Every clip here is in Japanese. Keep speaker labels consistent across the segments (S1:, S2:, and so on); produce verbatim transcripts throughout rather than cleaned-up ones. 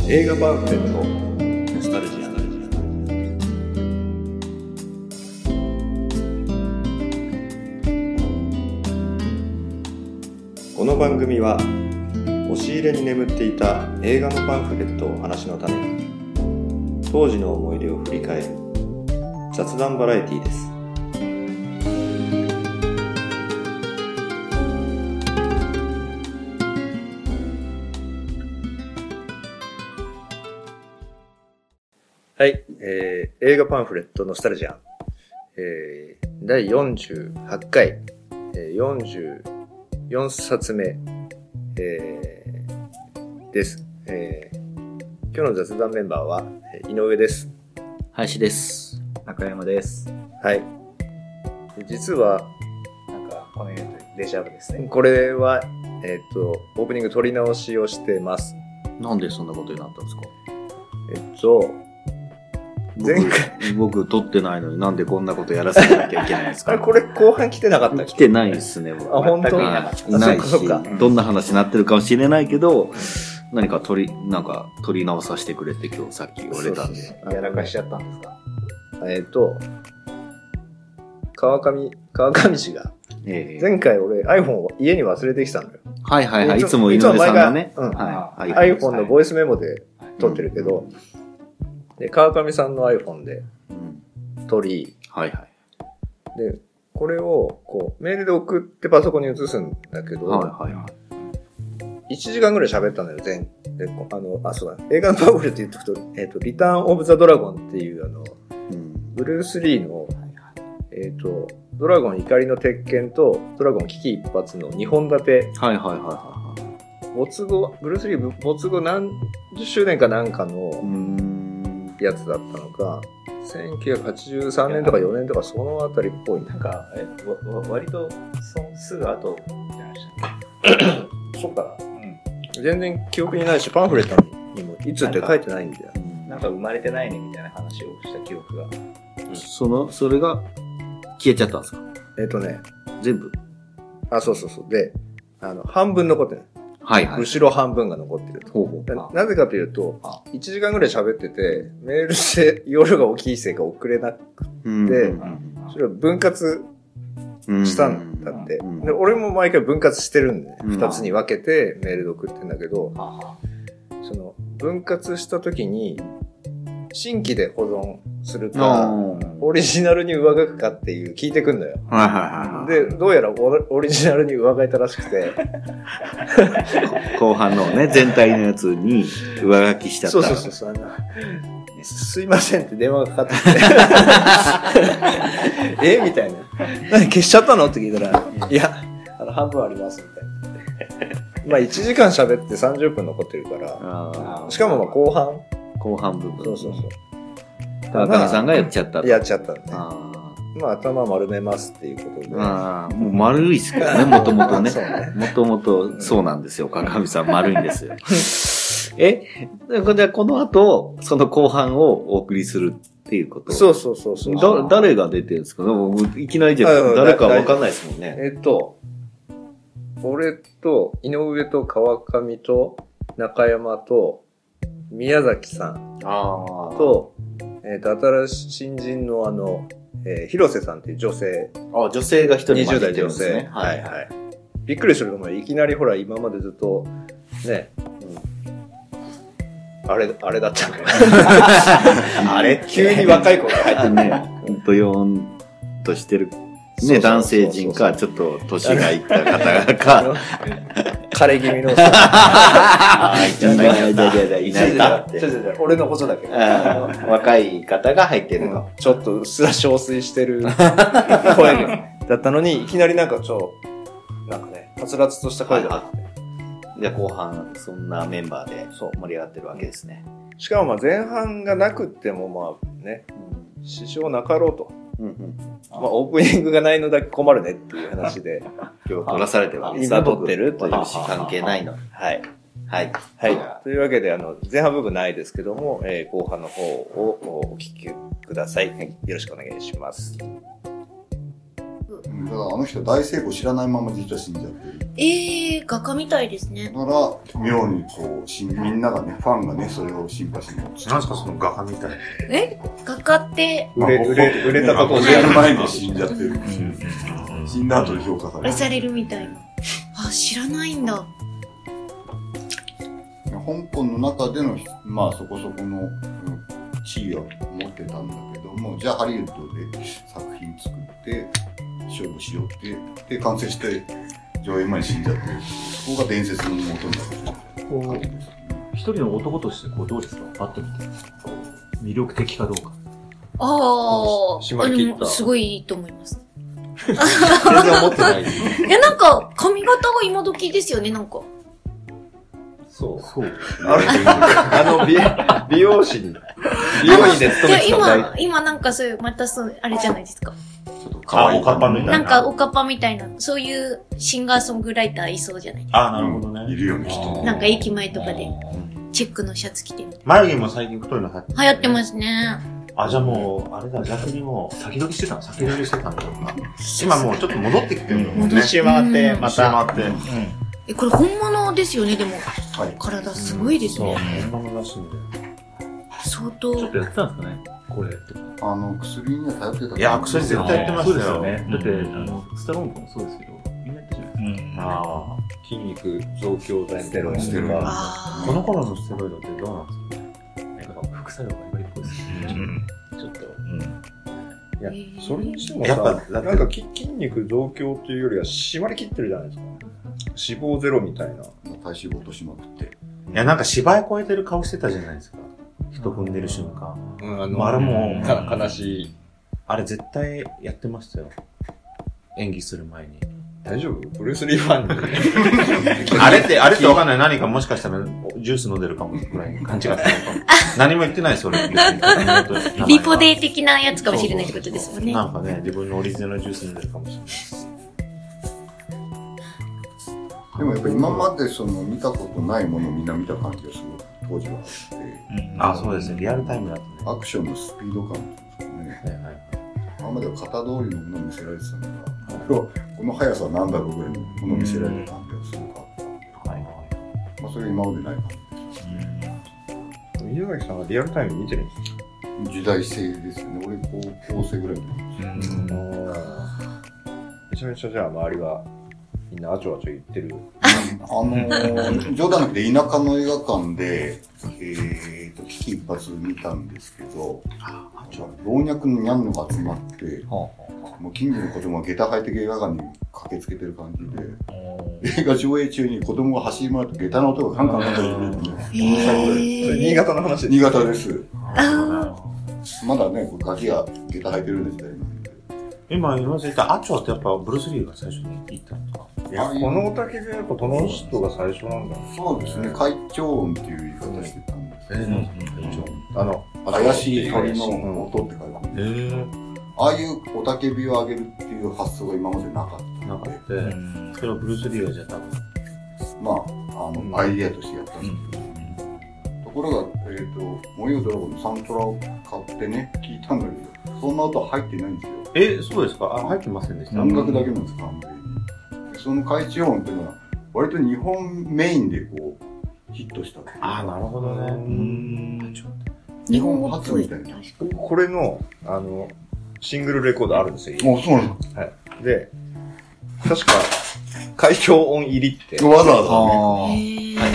S1: 映画パンフレットノスタルジア。この番組は押し入れに眠っていた映画のパンフレットをお話の種に、当時の思い出を振り返る雑談バラエティです。はい、えー、映画パンフレットノスタルジア、えー、だいよんじゅうはちかい、えー、よんじゅうよんさつめ、えー、です、えー。今日の雑談メンバーは井上です。
S2: 林です。
S3: 中山です。
S1: はい。実は
S3: なんかこの辺デジャブですね。
S1: これはえっとオープニング撮り直しをしてます。
S2: なんでそんなことになったんですか？
S1: えっと。前回
S2: 僕撮ってないのになんでこんなことやらせなきゃいけないんですか？
S1: あれこれ後半来てなかったっけ？
S2: 来てないですね。
S1: 僕あ本当？
S2: いないし、どんな話になってるかもしれないけど、何か撮りなんか撮り直させてくれって今日さっき言われたんで、そう
S3: そうそうやらかしちゃったんですか？
S1: えっと川上川上氏が、えー、前回俺 iPhone を家に忘れてきたのよ。
S2: はいはいはい。いつも井上さんがね、
S1: うん、はい、iPhone のボイスメモで撮ってるけど。うんで川上さんの iPhone で撮り、うん、はいはい。でこれをこうメールで送ってパソコンに移すんだけど、はいはいはい。いちじかんぐらい喋ったのよ前であのあそうだ映画のパンフレット言っとくとえっ、ー、とリターンオブザドラゴンっていうあの、うん、ブルース・リーの、はいはい、えっ、ー、とドラゴン怒りの鉄拳とドラゴン危機一髪のにほん立て。はいはいはいはい。没後ブルース・リー没後何十周年かなんかの。うんやつだったのかせんきゅうひゃくはちじゅうさんねんとかよねんとかそのあたりっぽい
S3: なんかえわ割とそすぐ後じゃないでしたっけ？
S1: そうかな、うん、全然記憶にないしパンフレットにもいつって書いてないんだよ。
S3: なんか生まれてないねみたいな話をした記憶が、
S2: うん、そのそれが消えちゃったんですか？
S1: えっとね
S2: 全部
S1: あそうそうそうであの半分残ってる。はいはい、後ろ半分が残ってると。ほうほう な, なぜかというと、いちじかんぐらい喋ってて、メールして夜が大きいせいか送れなくて、それを分割したんだって。で俺も毎回分割してるんで、ふたつに分けてメールで送ってんだけど、その分割した時に、新規で保存するか、オリジナルに上書くかっていう聞いてくんだよ。はいはいはい。で、どうやらオリジナルに上書いたらしくて。
S2: 後半のね、全体のやつに上書きしちゃった。
S1: そうそうそうそう。すいませんって電話がかかってきて。えみたいな。何消しちゃったのって聞いたら、いや、あの半分ありますみたいな。まあいちじかん喋ってさんじゅっぷん残ってるから、しかもまあ後半。
S2: 後半部分。
S1: そうそうそう。
S2: 川上さんがやっちゃった。
S1: やっちゃったね。あまあ頭丸めますっていうことで。
S2: ああ、もう丸いっすけどね、もともとね。もともとそうなんですよ。川上さん丸いんですよ。えじゃあこの後、その後半をお送りするっていうこと？
S1: そうそうそうそう。
S2: だ誰が出てるんですか？いきなりじゃ誰かわかんないですもんね。
S1: えっと、俺と井上と川上と中山と、宮崎さんと、えっ、ー、と、新しい新人のあの、えー、広瀬さんっていう女性。
S2: あ、女性が一人
S1: にじゅう代女性。はいはい。びっくりするのもいきなりほら、今までずっと、ね、うん、あれ、あれだったんだよ。あれ急に若い子が入って
S2: ね。ほんとよんとしてる。ね、男性陣か、ちょっと年がいった方か。
S1: 枯れ気味の。
S2: ああ、いないいないいないかって。
S1: 俺のことだけど。
S2: 若い方が入ってるの。
S1: ちょっとうっすら憔悴してる声だったのに、いきなりなんかちょっと、なんかね、はつらつとした声が。
S2: で、後半、そんなメンバーで盛り上がってるわけですね。
S1: しかもまあ前半がなくってもまあね、支障なかろうと。うんうんまあ、オープニングがないのだけ困るねっていう話で
S2: 今日撮らされてるわけ
S1: です今撮ってるという
S2: 私関係ないの
S1: はいはいはいというわけであの前半部分ないですけども、えー、後半の方をお聞きください、はい、よろしくお願いします。
S4: だからあの人大成功知らないまま実は死んじゃってる。
S5: ええー、画家みたいですね。
S4: だから妙にこうしみんながねファンがねそれをシンパシーに持つ。
S3: なんですかその画家みたい。
S5: え画家って
S1: 売れ売れ売れたことを
S4: やる前に死んじゃってる。死んだ後で評価される。
S5: 愛されるみたいな。あ、知らないんだ。
S4: 香港の中でのまあそこそこの地位を持ってたんだけども、じゃあハリウッドで作品作って勝負しようってで完成して上映前に死んじゃって、そこが伝説の元になってる感じです。
S6: 一人の男としてこうどうですか？パッと見てこう魅力的かどうか。
S5: ああ、
S1: 締まり切った。
S5: すごいいいと思います。
S1: 全然思ってない。
S5: いやなんか髪型が今時ですよね、なんか。
S1: そう。
S6: そう。
S1: あれあの美、美容師に、美容院で勤めてたんだ。
S5: 今、今なんかそういう、またそう、あれじゃないですか。
S4: ちょっと可愛い。
S3: おかっぱみたいな。
S5: なんかおかっぱみたいな、そういうシンガーソングライターいそうじゃないですか。
S3: あ、なるほどね。
S4: いるよね、きっと。
S5: なんか駅前とかで、チェックのシャツ着てる。
S3: 眉毛も最近太いの流行って
S5: 流行ってますね。
S3: あ、じゃあもう、あれだ、逆にもう、先取りしてたの先取りしてたんだろうな。今もうちょっと戻ってきてるのもんね。
S5: 戻し回って
S3: また。回って。
S5: え、これ本物ですよね、でも。
S4: はい。
S5: 体すごいですね。
S3: 本物らしいんだよ。
S5: 相当。
S6: ちょっとやってたんですかね、これとか。
S4: あの、薬には頼ってた。
S3: いや、薬絶対やってましたよ。
S6: そうですよね。だって、あの、スタローンとかもそうですけど、みんなやってるじゃないですか。
S3: あ
S1: 筋肉増強剤ステロイド
S4: ステロイド
S1: とか。
S5: あ
S3: あ。この頃のステロイドってどうなんですかね。
S6: なんか副作用がバリバリっぽいですね。ちょっと。
S1: いや、それにしても
S3: やっぱ
S1: さ、なんか筋筋肉増強っていうよりは締まりきってるじゃないですか。脂肪ゼロみたいな。
S4: 体脂肪落としまくって。
S3: いや、なんか芝居超えてる顔してたじゃないですか。人踏んでる瞬間。
S1: うん、あ
S3: のあれも
S1: か悲しい。
S3: あれ絶対やってましたよ。演技する前に。
S1: 大丈夫？ブルース・リーファンで。
S3: あれって、あれってわかんない。何かもしかしたらジュース飲んでるかもぐらい勘違いしてるかも。何も言ってないです、それ。
S5: リポデー的なやつかもしれないってことですもんね。
S3: なんかね、自分のオリジナルジュース飲んでるかもしれない。
S4: でもやっぱり今までその見たことないものをみんな見た感じがすごく当時はあって、
S3: あ、そうですね。リアルタイムだとね。
S4: アクションのスピード感っていうんですかね。
S3: はいはい。
S4: 今までは型通りのものを見せられてたのが、この速さは何だろうぐらいのものを見せられた感じがすごくあったんで、
S3: はいはい。
S4: まあそれが今までない感じ。
S1: 宮崎さんはリアルタイム見てるんですか？
S4: 時代性ですよね。俺高校生ぐらいの時ですよ。
S1: めちゃめちゃじゃあ周りはみんなあちょあちょ言ってる。
S4: あのー、冗談なくて田舎の映画館で、えーと、危機一髪見たんですけど、老若のニャンのが集まって、もう近所の子供が下駄履いて映画館に駆けつけてる感じで、映画上映中に子供が走り回って下駄の音がカンカンカンカンしてるんで、
S1: それ新潟の話です。
S4: 新潟です。
S5: あ
S4: まだね、ガキが下駄履いてる時代なんで。
S3: 今、今言ったアチョってやっぱブルース・リーが最初に行ったんですか？
S1: いや、このおたけでやっぱこの人が最初なんだ。
S4: そうですね、会長音っていう言い方してたんですけど、
S1: あの、
S4: 怪しい鳥の音って書いてある。
S3: へえ。
S4: ああいう雄たけびを上げるっていう発想が今までなかった
S3: な
S4: ので、
S3: かった。それをブルース・リーがじゃあ多分。
S4: まあ、あの、アイデアとしてやったんですけど、ところが、えっと、燃えよドラゴンのサントラを買ってね、聞いたんだけど、そんな音は入ってないんですよ。
S3: え、そうですか？あ、入ってませんでした。
S4: 音楽だけなんです、完全に。その海中音っていうのは、割と日本メインでこう、ヒットしたっていうか。
S3: あ、なるほどね。うん。
S4: 日本初みたいな。
S1: これの、あの、シングルレコードあるんですよ。
S4: あ、そうなんです
S1: はい。で、確か、海峡音入りって。
S4: か。わざわざね。
S5: へー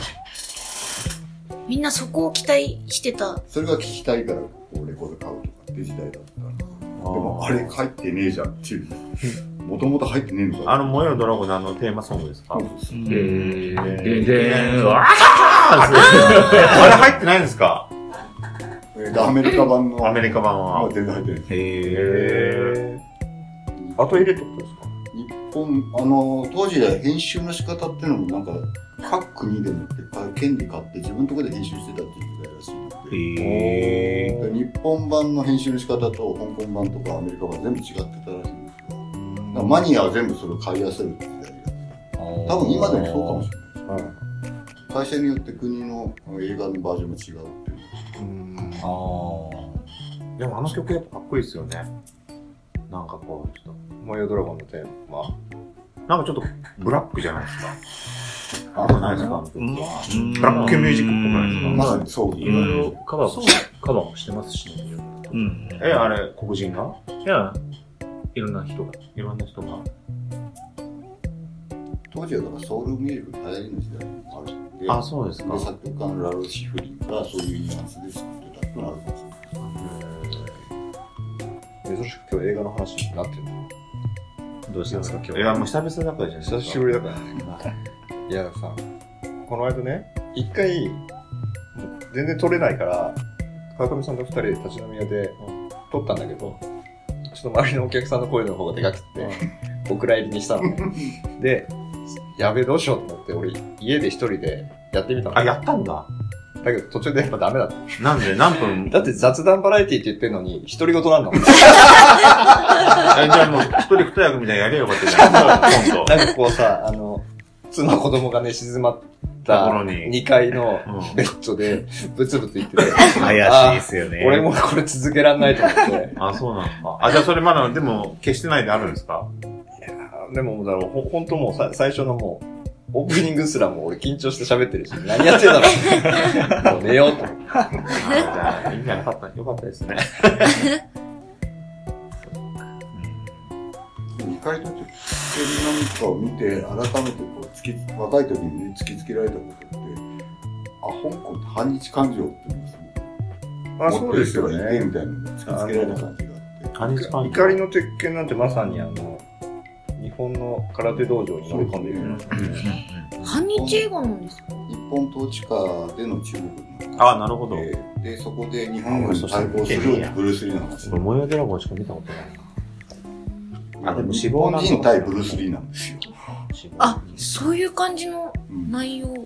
S5: みんなそこを期待してた。
S4: それが聞きたいから、こう、レコード買うとかって時代だった。でも、あれ入ってねえじゃんっていう。もともと入ってねえのか。
S3: あの、燃えよドラゴンのあのテーマソングですか？
S4: そうです。
S6: で、で、で、わ
S3: あれ入ってないんですか？
S4: えーアメリカ版の。
S3: アメリカ版は。
S4: 全然入ってないです。
S3: へ
S1: ー。後入れってことですか？
S4: 日本、あの、当時は編集の仕方っていうのもなんか、各国でもって権利買って自分のところで編集してたっていう時代らしいので。
S3: へー。
S4: で日本版の編集の仕方と香港版とかアメリカ版全部違ってたらしいんですよ。だからマニアは全部それを買い合わせるって時代が。多分今でもそうかもしれないです。うん、会社によって国の映画のバージョンも違うっていう。うん、
S3: ああ。でもあの曲やっぱかっこいいですよね。 なんかこう、ちょっと。
S1: 燃えよドラゴンのテーマ
S3: なんかちょっとブラックじゃないですか。あ、ないですか、
S2: うん、
S3: ブラックミュージックっぽくないですか。
S4: まだそう。
S6: いろいろカバーもし、カバーもしてますしね。
S2: うん。
S3: え、あれ、黒人が
S6: いや、いろんな人が。
S3: いろんな人が。
S4: 当時はだからソウルミュージックの流行りの時代もあるんで。
S3: あ、そうですか。
S4: で、作曲家のラルシフリンがそういうニュアンスで作ってたってのがあるかもしれない。
S1: 珍しく今日映画の話になってるの。どうしたんですか今日。
S3: いや、もう久々だからじゃないですか。
S1: 久しぶりだからね。いやさ、この間ね、一回、全然撮れないから、川上さんと二人で立ち飲み屋で撮ったんだけど、ちょっと周りのお客さんの声の方がでかくて、お蔵入りにしたのね。で、やべえどうしようと思って、俺家で一人でやってみたの。
S3: あ、やったんだ。
S1: だけど途中でやっぱダメだった。
S3: なんで何分
S1: だって雑談バラエティって言ってんのに、独り言なんだもん。
S3: じゃあもう一人二役みたいにやれよかったじゃん。今
S1: 度。なんかこうさ、あの、妻子供がね、静まったにかいのベッドでブツブツ言ってて。
S2: 怪しいですよね。
S1: 俺もこれ続けらんないと思って。
S3: あ、そうなんか。あ、じゃあそれまだでも消してないであるんですか？
S1: いやでもだろう、ほ、ほんともうさ最初のもう、オープニングすらもう俺緊張して喋ってるし、何やってんだろう。もう寝ようと思って。
S3: じゃあ、いいんじゃなかった。よかったですね。
S4: にかいとって、何かを見て、改めてこう突き、若い時に突きつけられたことって、あ、香港って反日感情っていうのがすごく、持ってる人がいてみたいなのを突きつけられた感じがあって。
S3: 反日感情。
S1: 怒りの鉄拳なんてまさにあの、日本の空手道場に乗り込んでいる。
S5: 反日映画なんですか？
S4: 日本統治下での中国の。
S3: あ、なるほど。
S4: で、そこで日本軍に対抗するブルース・リーの話。
S3: 燃えドラゴンしか見たことないな。あ、でも
S4: 日本人対ブルース・リーなんですよ。
S5: あ、そういう感じの内容。うん、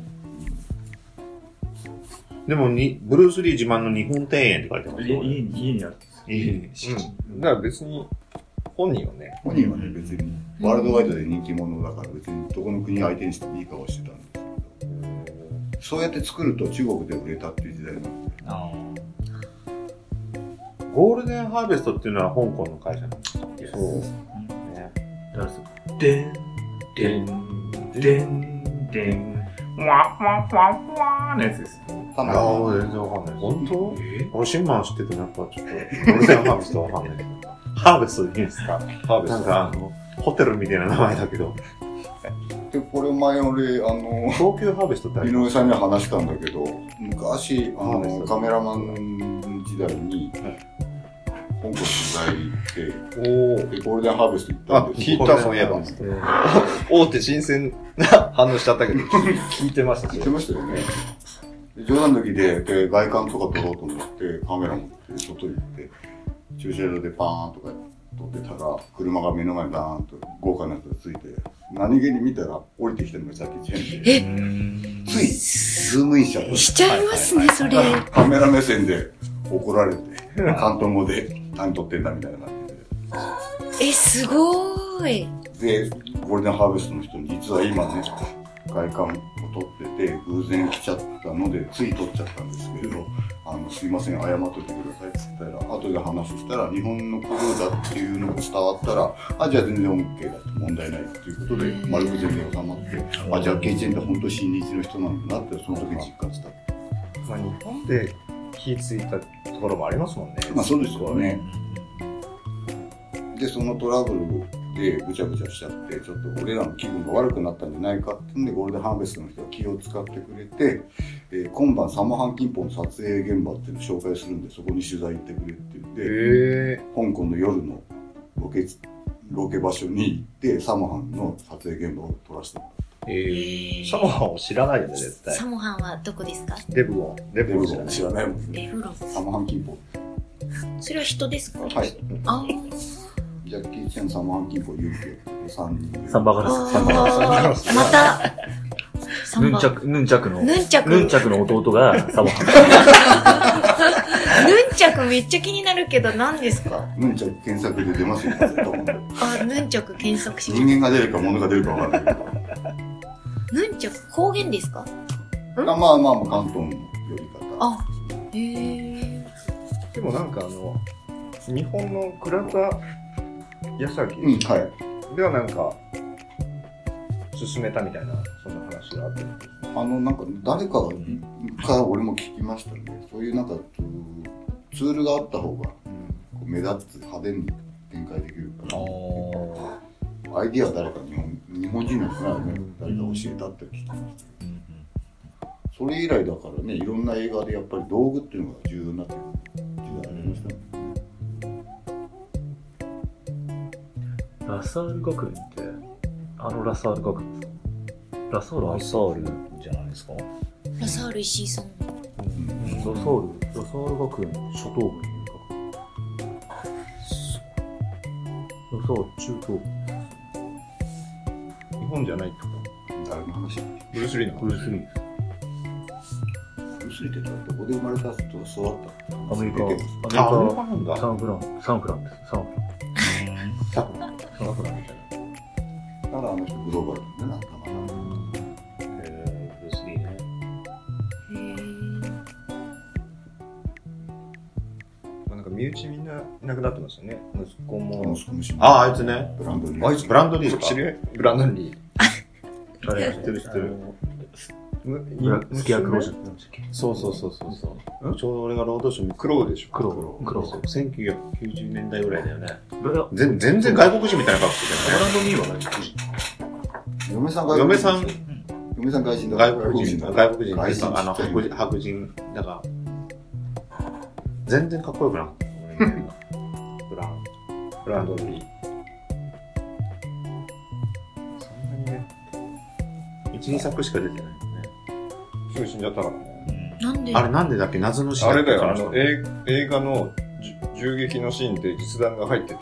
S3: でもに、ブルース・リー自慢の日本庭園って書いてますよ。
S6: 家に、家にある。
S3: 家に。
S1: うん。だから別に、本人はね。
S4: 本人はね、別に、ワールドワイドで人気者だから別にどこの国相手にしてもいい顔してたんですけど、そうやって作ると中国で売れたっていう時代なんですよ。
S3: ゴールデンハーベストっていうのは香港の会社なんですか？
S1: そう。
S6: ね。だからでん、でん、でん、でん、わわわわーのやつです。
S3: ああ、全然わかんないです。本当？え？俺シンマン知っててもやっぱちょっと、ゴールデンハーベストわかんないけど。ハーベストでいいんですか？ハーベスト。なんかあの、ホテルみたいな名前だけど。
S4: で、これ前俺、あの、
S3: 東急ハーベストってある？
S4: 井上さんには話したんだけど、昔、あの、カメラマン時代に、香港取材行って、で、ゴールデンハーベスト行ったんです。
S1: 聞いた、そういえば。大手新鮮な反応しちゃったけど、聞いてました。
S4: 聞いてましたよね。冗談抜きで、で、外観とか撮ろうと思って、カメラ持って、外行って、駐車場でパーンとか撮ってたら、車が目の前にバーンと豪華なやつがついて、何気に見たら降りてきたのがジャッキー・チェンで、ついズームインしちゃった。
S5: しちゃいますね、それ。
S4: カメラ目線で怒られて、広東語で何撮ってんだみたいな感
S5: じで。え、すごーい。
S4: で、ゴールデンハーベストの人に実は今ね、外観を撮ってて、偶然来ちゃったので、つい撮っちゃったんですけれど、あの、すいません、謝っといてくださいって言ったら、後で話したら、日本のクルーだっていうのが伝わったら、あ、じゃあ全然 OK だと問題ないっていうことで、丸く全然収まって、あ、じゃあケイチェンって本当親日の人なんだなって、その時実感した。
S1: まあ、日本で火ついたところもありますもんね。
S4: まあそうですよね。で、そのトラブルでぐちゃぐちゃしちゃって、ちょっと俺らの気分が悪くなったんじゃないかってんで、ゴールデンハーベストの人が気を使ってくれて、えー、今晩サモハンキンポの撮影現場っていうのを紹介するんで、そこに取材行ってくれって言って、
S1: へ
S4: 香港の夜のロケ、ロケ場所に行って、サモハンの撮影現場を撮らせてもらった。
S1: えー、サモハンを知らないよね、絶対。
S5: サモハンはどこですか？
S1: デブゴン。
S4: デブゴン知らないもんね。
S5: デブロン。
S4: サモハンキンポ。
S5: それは人ですか？
S4: はい。
S5: あ
S4: ジャッキー・チェン、サモハンキンポ、ユーケーさんにんで。
S6: サンバガラス。サンバガラス。
S5: また、
S6: ヌンチャク、ヌンチャクの、
S5: ヌンチャク。
S6: ヌンチャクの弟がサモハ
S5: ン。ヌンチャクめっちゃ気になるけど何ですか？
S4: ヌンチャク検索で出ますよ、絶対。
S5: あ、ヌンチャク検索し
S4: 人間が出るか物が出るかわかんないけど。
S5: ヌンチャク方言ですか？
S4: あまあまあまあ、関東の呼び方。
S5: あ、へえ。
S1: でもなんかあの、日本の倉田矢崎
S4: うん、はい。
S1: ではなんか進めたみたいなそんな話があってるんです。
S4: あのなんか誰かから俺も聞きましたね。そういうなんかツールがあった方がこう目立つ派手に展開できるから。アイディアは誰か日本日本人の人がね、誰か教えたって聞きましたけど。それ以来だからね、いろんな映画でやっぱり道具っていうのが重要になってくる時代ありましたね。
S6: ラサール学園ってあのラサール学園ですか？ラサール
S2: ラサールじゃないですか？
S5: ラサール石井さん。
S6: うん、ラサールラサール学園初等部にいるか。ラサール中等部。
S1: 日本じゃないってこ
S4: 誰の話？
S1: ブルース・リーの
S6: ブルース・リーです。
S4: ブルース・リーってどこで生まれた人と育った？
S6: アメリカ、アメリカ、
S3: あ、アメリカなんだ。
S6: サンフラン、サンフランです。サンフラン。
S3: サンフラン。
S6: サンフランみたいな。
S4: だからあの人グローバルなんだな、たまたま。
S2: えー、ブルース・リーね。
S1: まあなんか身内みんないなくなってますよね。息子も。
S3: あ、あいつね。
S4: ブランドリー。
S1: あいつ
S3: ブランドリーですか？
S1: 知り合い？ブランドリー。
S6: あれ、
S3: 知ってる知ってる。
S6: スキアクロージャーって何でしたっけ？
S3: そうそうそうそうそう。ちょうど俺がロードショー見て
S1: クローでしょ。
S6: クロー。クロー。
S3: せんきゅうひゃくきゅうじゅうねんだいぐらいだよね。
S6: ブラ
S3: 全全然外国人みたいな格好して
S6: ブランドミーは何個人？
S4: 嫁さん
S3: たよね。嫁さん、
S4: 嫁さん外人だ。
S3: 外国人、外国人っていうか、あの、白人、白人、だから、全然かっこよくなかった。ブラン、ブランドリー。そんなにね、いち、にさくしか出てないよね。
S1: すぐ死んじゃったからね。
S5: なんで？
S3: あれなんでだっけ？謎のシーン。
S1: あれだよ、あの、映映画のじゅ銃撃のシーンで実弾が入ってて、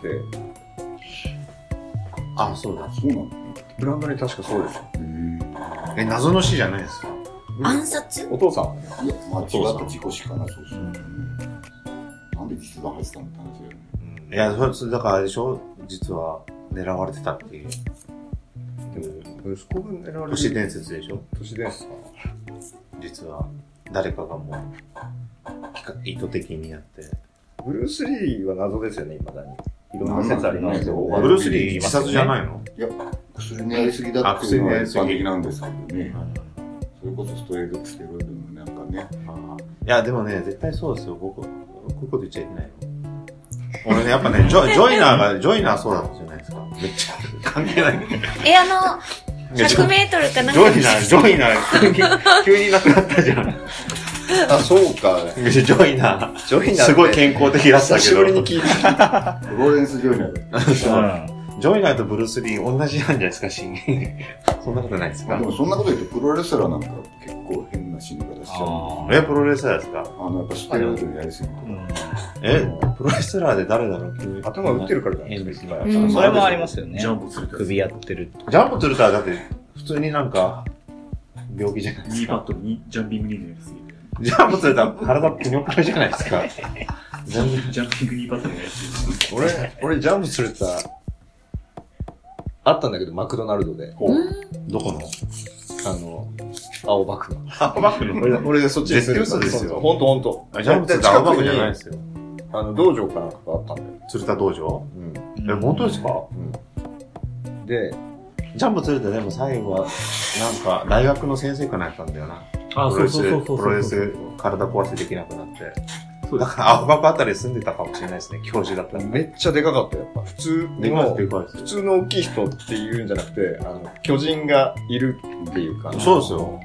S3: あ、そうだ。
S4: そうなの？
S1: ブランドに確かそうでしょ。
S3: え、謎の死じゃないですか？
S5: 暗殺？
S1: お父さんはね。
S4: いや、間違った事故死かな、そうそう。なんで実弾入ってたのって話だよね。
S3: いや、それ、だからあれでしょ？実は狙われてたっていう。
S1: でも息子が狙われる。
S3: 都市伝説でしょ？
S1: 都市伝説か。
S3: 実は誰かがもう意図的にやって。
S1: ブルース・リーは謎ですよね、未だに。いろんな説ありますけど。
S3: ブルース・リー自殺じゃないの？
S4: いや、薬にやりすぎだっていうのは一般的なんですけどね。それこそステロイド、ステロイドのなんかね。
S3: いや、でもね、絶対そうですよ。僕、こういうこと言っちゃいけないの。俺ね、やっぱね、ジョジョイナーが、ジョイナーそうだったじゃないですか。めっちゃ関係ない。
S5: え、あの、ひゃくメートルかなんか。
S3: ジョイナー、ジョイナー、急に、急になくなったじゃん。
S1: あ、そうか。
S3: ジョイナー。
S1: ジョイナー。
S3: すごい健康的だったけど。
S1: 久しぶりに聞いた。
S4: ローレンス・ジョイナーだ。
S3: ジョイナーとブルース・リー同じなんじゃないですか、シーン。そんなことないですか？
S4: でもそんなこと言うとプロレスラーなんか結構変な死に方しちゃうん
S3: え、プロレスラーですか？
S4: あの、やっぱステロイドやりすぎて。
S3: え、プロレスラーで誰だろう？急に
S1: 頭打ってるからじゃないですか。
S5: うん
S2: それもありますよね。
S6: ジャンプする
S2: 首やってる。
S3: ジャンプするとはだって普通になんか病気じゃないですか。
S6: ニーパッドにジャンピングニードやりすぎて。
S3: ジャンプすると体ぷにょぷにょじゃないですか。
S6: 全然ジャンピングニーパッドのやつ。
S1: 俺、俺ジャンプするとあったんだけど、マクドナルドで。
S3: どこの？
S1: あの、青バクの。
S3: 青バクの
S1: 俺、俺そっちに
S3: 絶対嘘ですよ。
S1: ほんとほんと。
S3: ジャンプすると青バクじゃないですよ。
S1: あの、道場かなんかがあったんだよ。
S3: 鶴田道場？
S1: うん。
S3: え、本当ですか？
S1: うん。で、
S3: ジャンプするとでも最後は、なんか大学の先生かなんかんだよな。
S6: あ、そうそうそうそう。
S3: プロレス、体壊してできなくなって。そうだから青バクあたり住んでたかもしれないですね、教授だったら。
S1: めっちゃでかかったよ、やっぱ。普通の、
S3: でかいです
S1: 普通の大きい人っていうんじゃなくて、あの、巨人がいるっていうか。
S3: そうですよ。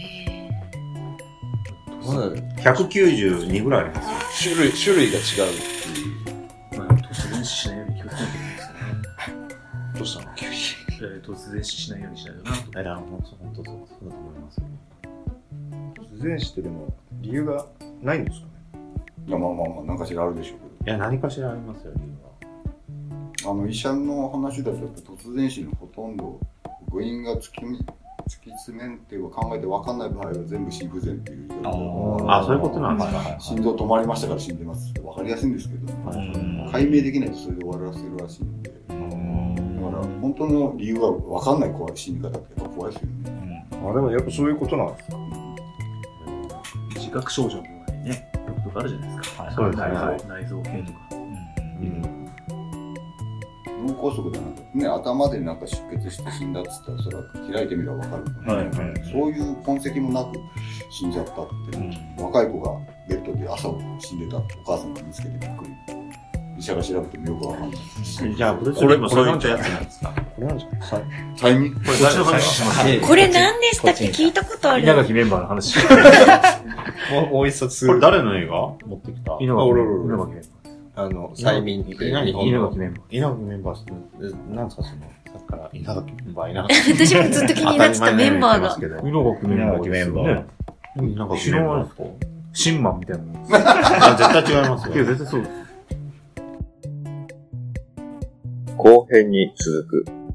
S3: ひゃくきゅうじゅうにぐらいあります
S1: よ。種類、種類が違うっていう。
S6: まあ、突然死しないように気をつけなきゃいけないですね。
S1: どうしたの急に。
S6: 突然死しないようにしないとなと。
S3: いや、本当本当そうだと思いますよ。
S1: 突然死ってでも、理由がないんですかね？
S4: いや、まあまあまあ、なんかしらあるでしょうけど。
S3: いや、何かしらありますよ、理由は。
S4: あの、医者の話だと、やっぱ突然死のほとんど、誤因が突き、突き詰めんっていうか考えて分かんない場合は全部心不全っていう言い方
S3: ああ、そういうことなんですか。
S4: 心臓止まりましたから死んでますって分かりやすいんですけど、解明できないとそれで終わらせるらしいんで、だから本当の理由は分かんない怖い死に方ってやっぱ怖いですよね。
S1: あ、でもやっぱそういうことなんですか？
S6: 自覚症状の場合ね、よくとかあるじゃないですか。
S3: そうですね。
S6: 内臓、内臓系とか。
S1: で
S4: 脳梗塞でなんかね、頭でなんか出血して死んだっつったら、それは開いてみればわかる、ね。はいはいはい。そういう痕跡もなく死んじゃったって、うん、若い子がベッドで朝死んでたお母さんが見つけてびっくり。医者が調べてもよくわかんない。
S3: じゃあ、これ、これ、これなんてやつなんですか？これなんですか？
S4: 催眠？
S6: これ誰の話します
S5: これ何でしたっけ？聞いたことある。
S6: 稲垣メンバーの話。
S3: もう、もう一冊。これ誰の映画持ってきた？
S6: 稲垣メンバー。
S3: あの、催眠って。
S6: 稲垣メンバー。
S3: 稲垣メンバー、なんですかその、さっきから稲垣メンバー、稲垣。
S5: 私もずっと気になってたメンバーが。
S6: 稲垣メンバー。稲垣メンバー。
S3: 稲垣
S6: メンバーですか？シンマンみたいなもん。
S3: 絶対違いますよ。
S6: いや、絶対そう。
S1: 後編に続く。